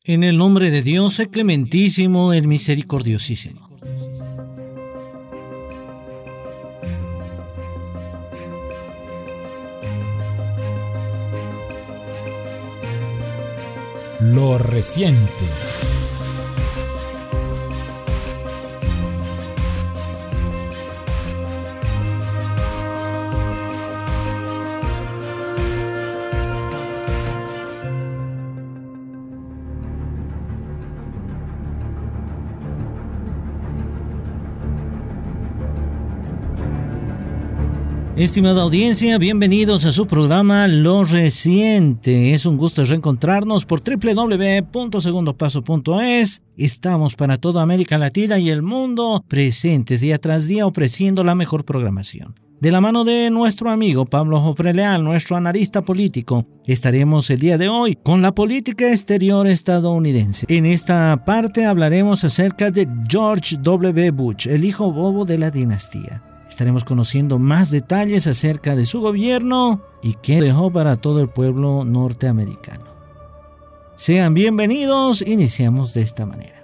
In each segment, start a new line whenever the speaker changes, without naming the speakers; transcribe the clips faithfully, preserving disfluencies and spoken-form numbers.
En el nombre de Dios, el clementísimo, el misericordiosísimo.
Lo reciente.
Estimada audiencia, bienvenidos a su programa Lo Reciente. Es un gusto reencontrarnos por doble u doble u doble u punto segundo paso punto es. Estamos para toda América Latina y el mundo, presentes día tras día ofreciendo la mejor programación. De la mano de nuestro amigo Pablo Jofre Leal, nuestro analista político, estaremos el día de hoy con la política exterior estadounidense. En esta parte hablaremos acerca de George doble u. Bush, el hijo bobo de la dinastía. Estaremos conociendo más detalles acerca de su gobierno y qué dejó para todo el pueblo norteamericano. Sean bienvenidos, iniciamos de esta manera.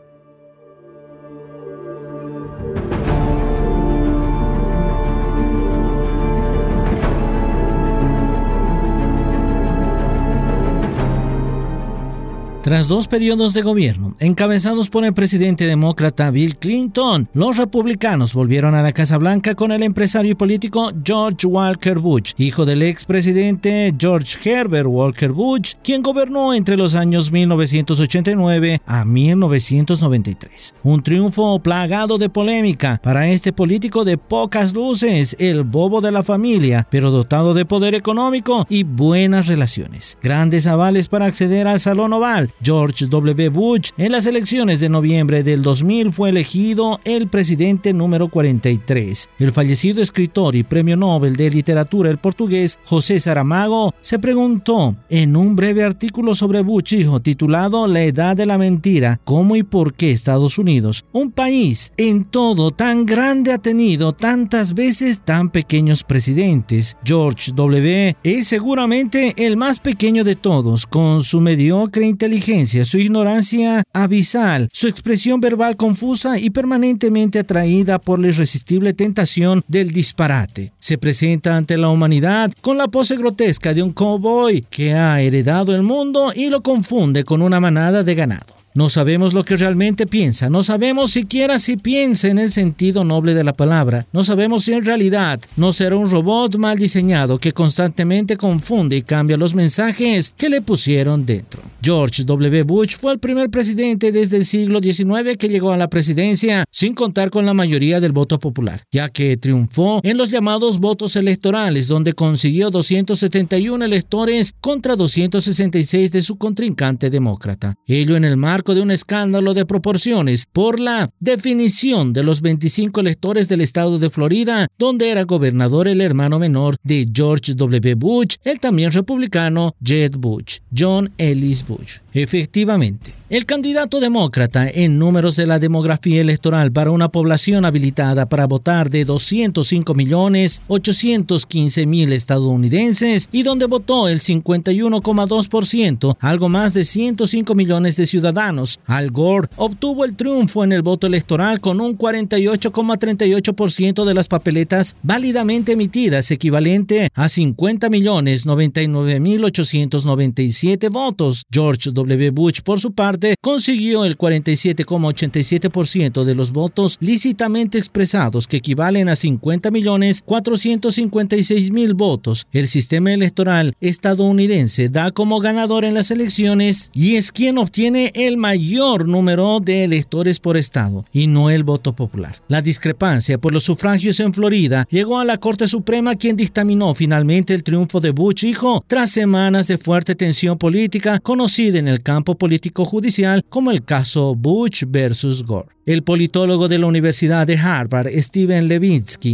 Tras dos periodos de gobierno, encabezados por el presidente demócrata Bill Clinton, los republicanos volvieron a la Casa Blanca con el empresario y político George Walker Bush, hijo del expresidente George Herbert Walker Bush, quien gobernó entre los años mil novecientos ochenta y nueve a mil novecientos noventa y tres. Un triunfo plagado de polémica para este político de pocas luces, el bobo de la familia, pero dotado de poder económico y buenas relaciones. Grandes avales para acceder al Salón Oval. George doble u. Bush en las elecciones de noviembre del dos mil fue elegido el presidente número cuarenta y tres. El fallecido escritor y premio Nobel de literatura el portugués José Saramago se preguntó en un breve artículo sobre Bush hijo titulado La edad de la mentira, cómo y por qué Estados Unidos, un país en todo tan grande, ha tenido tantas veces tan pequeños presidentes. George doble u. es seguramente el más pequeño de todos, con su mediocre inteligencia, su ignorancia abisal, su expresión verbal confusa y permanentemente atraída por la irresistible tentación del disparate. Se presenta ante la humanidad con la pose grotesca de un cowboy que ha heredado el mundo y lo confunde con una manada de ganado. No sabemos lo que realmente piensa, no sabemos siquiera si piensa en el sentido noble de la palabra, no sabemos si en realidad no será un robot mal diseñado que constantemente confunde y cambia los mensajes que le pusieron dentro. George doble u. Bush fue el primer presidente desde el siglo diecinueve que llegó a la presidencia sin contar con la mayoría del voto popular, ya que triunfó en los llamados votos electorales, donde consiguió doscientos setenta y uno electores contra doscientos sesenta y seis de su contrincante demócrata. Ello en el marco de un escándalo de proporciones por la definición de los veinticinco electores del estado de Florida, donde era gobernador el hermano menor de George doble u. Bush, el también republicano Jeb Bush, John Ellis Bush. Efectivamente, el candidato demócrata en números de la demografía electoral para una población habilitada para votar de doscientos cinco millones ochocientos quince mil estadounidenses y donde votó el cincuenta y uno coma dos por ciento, algo más de ciento cinco millones de ciudadanos, Al Gore obtuvo el triunfo en el voto electoral con un cuarenta y ocho coma treinta y ocho por ciento de las papeletas válidamente emitidas, equivalente a cincuenta millones noventa y nueve mil ochocientos noventa y siete votos. George doble u. Bush, por su parte, consiguió el cuarenta y siete coma ochenta y siete por ciento de los votos lícitamente expresados, que equivalen a cincuenta millones cuatrocientos cincuenta y seis mil votos. El sistema electoral estadounidense da como ganador en las elecciones y es quien obtiene el mayor número de electores por estado y no el voto popular. La discrepancia por los sufragios en Florida llegó a la Corte Suprema, quien dictaminó finalmente el triunfo de Bush hijo tras semanas de fuerte tensión política conocida en el campo político judicial como el caso Bush versus Gore. El politólogo de la Universidad de Harvard, Steven Levitsky,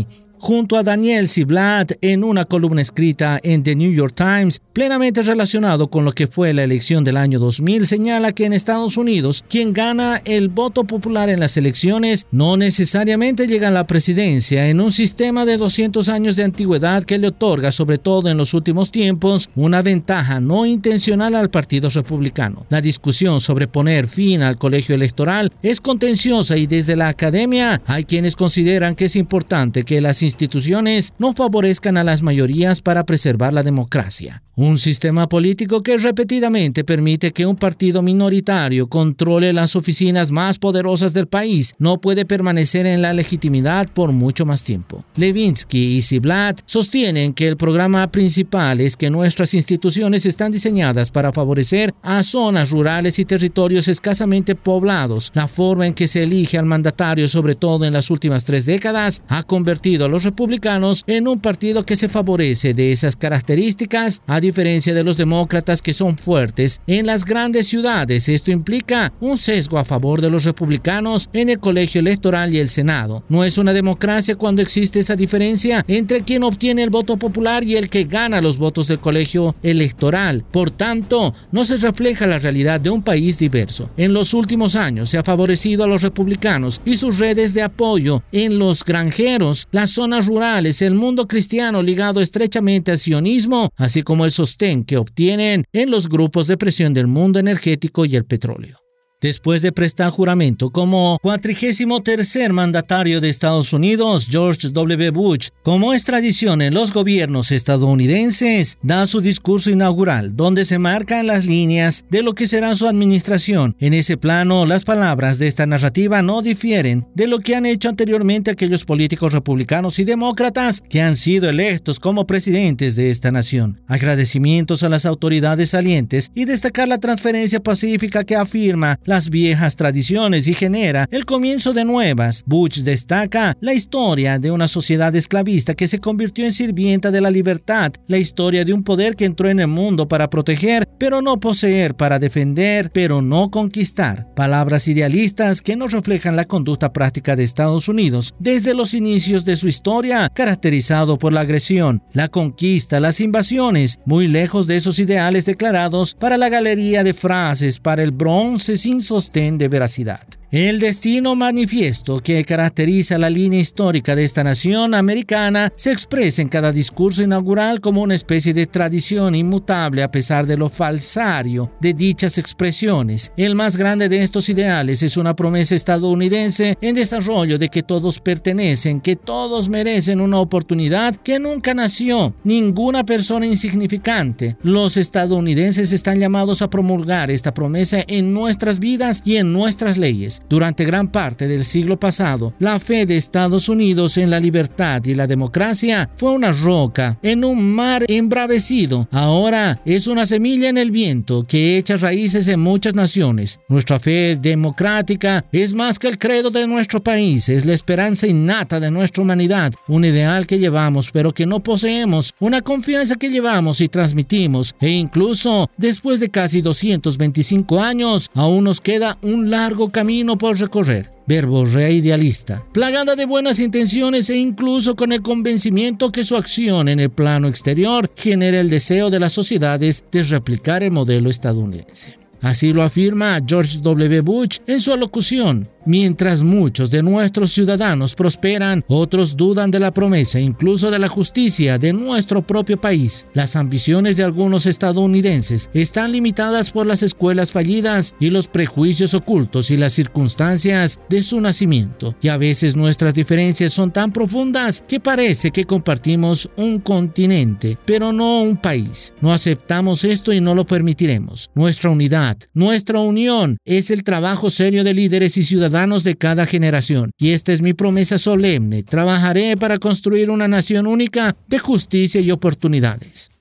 junto a Daniel Ziblatt en una columna escrita en The New York Times, plenamente relacionado con lo que fue la elección del año dos mil, señala que en Estados Unidos quien gana el voto popular en las elecciones no necesariamente llega a la presidencia en un sistema de doscientos años de antigüedad que le otorga, sobre todo en los últimos tiempos, una ventaja no intencional al Partido Republicano. La discusión sobre poner fin al colegio electoral es contenciosa y desde la academia hay quienes consideran que es importante que las instituciones no favorezcan a las mayorías para preservar la democracia. Un sistema político que repetidamente permite que un partido minoritario controle las oficinas más poderosas del país no puede permanecer en la legitimidad por mucho más tiempo. Levinsky y Ziblatt sostienen que el programa principal es que nuestras instituciones están diseñadas para favorecer a zonas rurales y territorios escasamente poblados. La forma en que se elige al mandatario, sobre todo en las últimas tres décadas, ha convertido a los republicanos en un partido que se favorece de esas características, a diferencia de los demócratas que son fuertes en las grandes ciudades. Esto implica un sesgo a favor de los republicanos en el colegio electoral y el Senado. No es una democracia cuando existe esa diferencia entre quien obtiene el voto popular y el que gana los votos del colegio electoral. Por tanto, no se refleja la realidad de un país diverso. En los últimos años se ha favorecido a los republicanos y sus redes de apoyo en los granjeros, las zonas rurales, el mundo cristiano ligado estrechamente al sionismo, así como el sostén que obtienen en los grupos de presión del mundo energético y el petróleo. Después de prestar juramento como cuatrigésimo tercer mandatario de Estados Unidos, George W. Bush, como es tradición en los gobiernos estadounidenses, da su discurso inaugural, donde se marcan las líneas de lo que será su administración. En ese plano, las palabras de esta narrativa no difieren de lo que han hecho anteriormente aquellos políticos republicanos y demócratas que han sido electos como presidentes de esta nación. Agradecimientos a las autoridades salientes y destacar la transferencia pacífica que afirma la las viejas tradiciones y genera el comienzo de nuevas. Bush destaca la historia de una sociedad esclavista que se convirtió en sirvienta de la libertad, la historia de un poder que entró en el mundo para proteger, pero no poseer, para defender, pero no conquistar. Palabras idealistas que no reflejan la conducta práctica de Estados Unidos desde los inicios de su historia, caracterizado por la agresión, la conquista, las invasiones, muy lejos de esos ideales declarados para la galería de frases, para el bronce sin sostén de veracidad. El destino manifiesto que caracteriza la línea histórica de esta nación americana se expresa en cada discurso inaugural como una especie de tradición inmutable a pesar de lo falsario de dichas expresiones. El más grande de estos ideales es una promesa estadounidense en desarrollo de que todos pertenecen, que todos merecen una oportunidad, que nunca nació ninguna persona insignificante. Los estadounidenses están llamados a promulgar esta promesa en nuestras vidas y en nuestras leyes. Durante gran parte del siglo pasado, la fe de Estados Unidos en la libertad y la democracia fue una roca en un mar embravecido. Ahora es una semilla en el viento que echa raíces en muchas naciones. Nuestra fe democrática es más que el credo de nuestro país, es la esperanza innata de nuestra humanidad, un ideal que llevamos pero que no poseemos, una confianza que llevamos y transmitimos, e incluso después de casi doscientos veinticinco años, aún nos queda un largo camino por recorrer. Verbo reidealista, plagada de buenas intenciones e incluso con el convencimiento que su acción en el plano exterior genera el deseo de las sociedades de replicar el modelo estadounidense. Así lo afirma George W. Bush en su alocución. Mientras muchos de nuestros ciudadanos prosperan, otros dudan de la promesa, incluso de la justicia de nuestro propio país. Las ambiciones de algunos estadounidenses están limitadas por las escuelas fallidas y los prejuicios ocultos y las circunstancias de su nacimiento. Y a veces nuestras diferencias son tan profundas que parece que compartimos un continente, pero no un país. No aceptamos esto y no lo permitiremos. Nuestra unidad, nuestra unión es el trabajo serio de líderes y ciudadanos de cada generación, y esta es mi promesa solemne. Trabajaré para construir una nación única de justicia y oportunidades.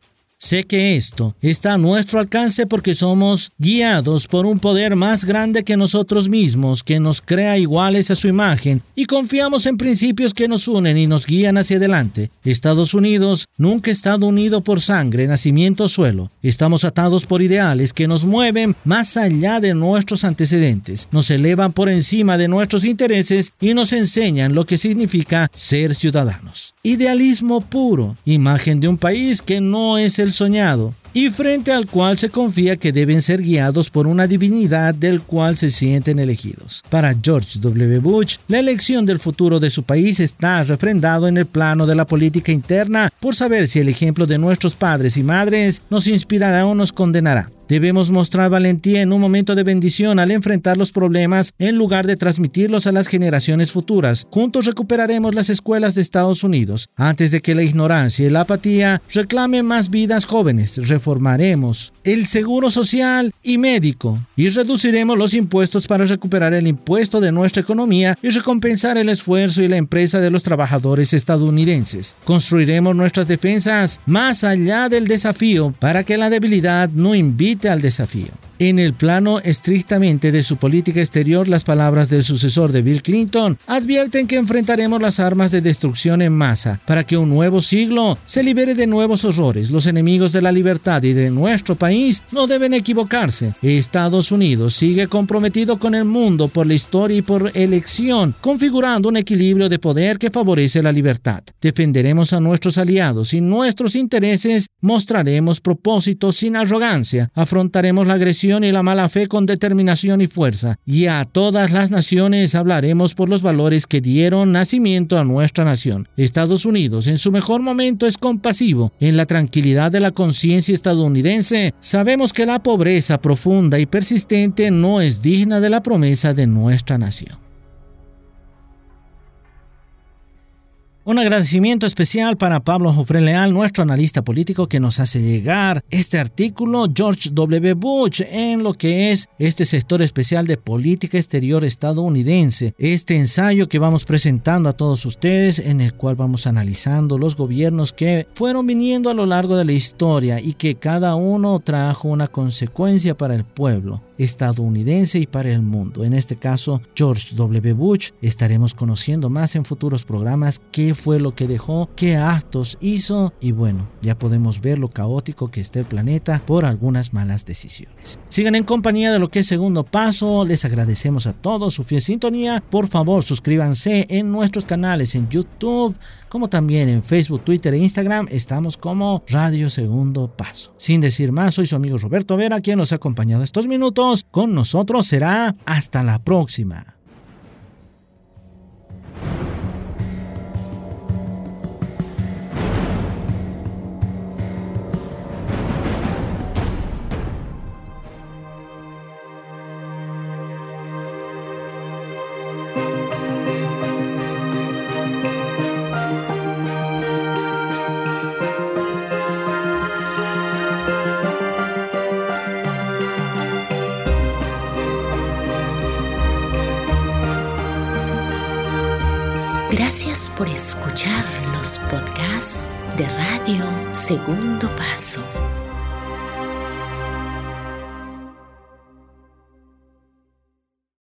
Sé que esto está a nuestro alcance porque somos guiados por un poder más grande que nosotros mismos, que nos crea iguales a su imagen, y confiamos en principios que nos unen y nos guían hacia adelante. Estados Unidos nunca ha estado unido por sangre, nacimiento o suelo. Estamos atados por ideales que nos mueven más allá de nuestros antecedentes, nos elevan por encima de nuestros intereses y nos enseñan lo que significa ser ciudadanos. Idealismo puro, imagen de un país que no es el soñado y frente al cual se confía que deben ser guiados por una divinidad del cual se sienten elegidos. Para George doble u. Bush, la elección del futuro de su país está refrendado en el plano de la política interna por saber si el ejemplo de nuestros padres y madres nos inspirará o nos condenará. Debemos mostrar valentía en un momento de bendición al enfrentar los problemas en lugar de transmitirlos a las generaciones futuras. Juntos recuperaremos las escuelas de Estados Unidos. Antes de que la ignorancia y la apatía reclamen más vidas jóvenes, reformaremos el seguro social y médico y reduciremos los impuestos para recuperar el impuesto de nuestra economía y recompensar el esfuerzo y la empresa de los trabajadores estadounidenses. Construiremos nuestras defensas más allá del desafío para que la debilidad no invite al desafío. En el plano estrictamente de su política exterior, las palabras del sucesor de Bill Clinton advierten que enfrentaremos las armas de destrucción en masa para que un nuevo siglo se libere de nuevos horrores. Los enemigos de la libertad y de nuestro país no deben equivocarse. Estados Unidos sigue comprometido con el mundo por la historia y por elección, configurando un equilibrio de poder que favorece la libertad. Defenderemos a nuestros aliados y nuestros intereses, mostraremos propósitos sin arrogancia, afrontaremos la agresión y la mala fe con determinación y fuerza, y a todas las naciones hablaremos por los valores que dieron nacimiento a nuestra nación. Estados Unidos en su mejor momento es compasivo. En la tranquilidad de la conciencia estadounidense, sabemos que la pobreza profunda y persistente no es digna de la promesa de nuestra nación. Un agradecimiento especial para Pablo Jofré Leal, nuestro analista político, que nos hace llegar este artículo, George doble u. Bush, en lo que es este sector especial de política exterior estadounidense. Este ensayo que vamos presentando a todos ustedes, en el cual vamos analizando los gobiernos que fueron viniendo a lo largo de la historia y que cada uno trajo una consecuencia para el pueblo estadounidense y para el mundo. En este caso, George doble u. Bush. Estaremos conociendo más en futuros programas qué fue lo que dejó, qué actos hizo, y bueno, ya podemos ver lo caótico que está el planeta por algunas malas decisiones. Sigan en compañía de lo que es Segundo Paso. Les agradecemos a todos su fiel sintonía. Por favor, suscríbanse en nuestros canales en YouTube, como también en Facebook, Twitter e Instagram. Estamos como Radio Segundo Paso. Sin decir más, soy su amigo Roberto Vera, quien nos ha acompañado estos minutos. Con nosotros será hasta la próxima.
Gracias por escuchar los podcasts de Radio Segundo Paso.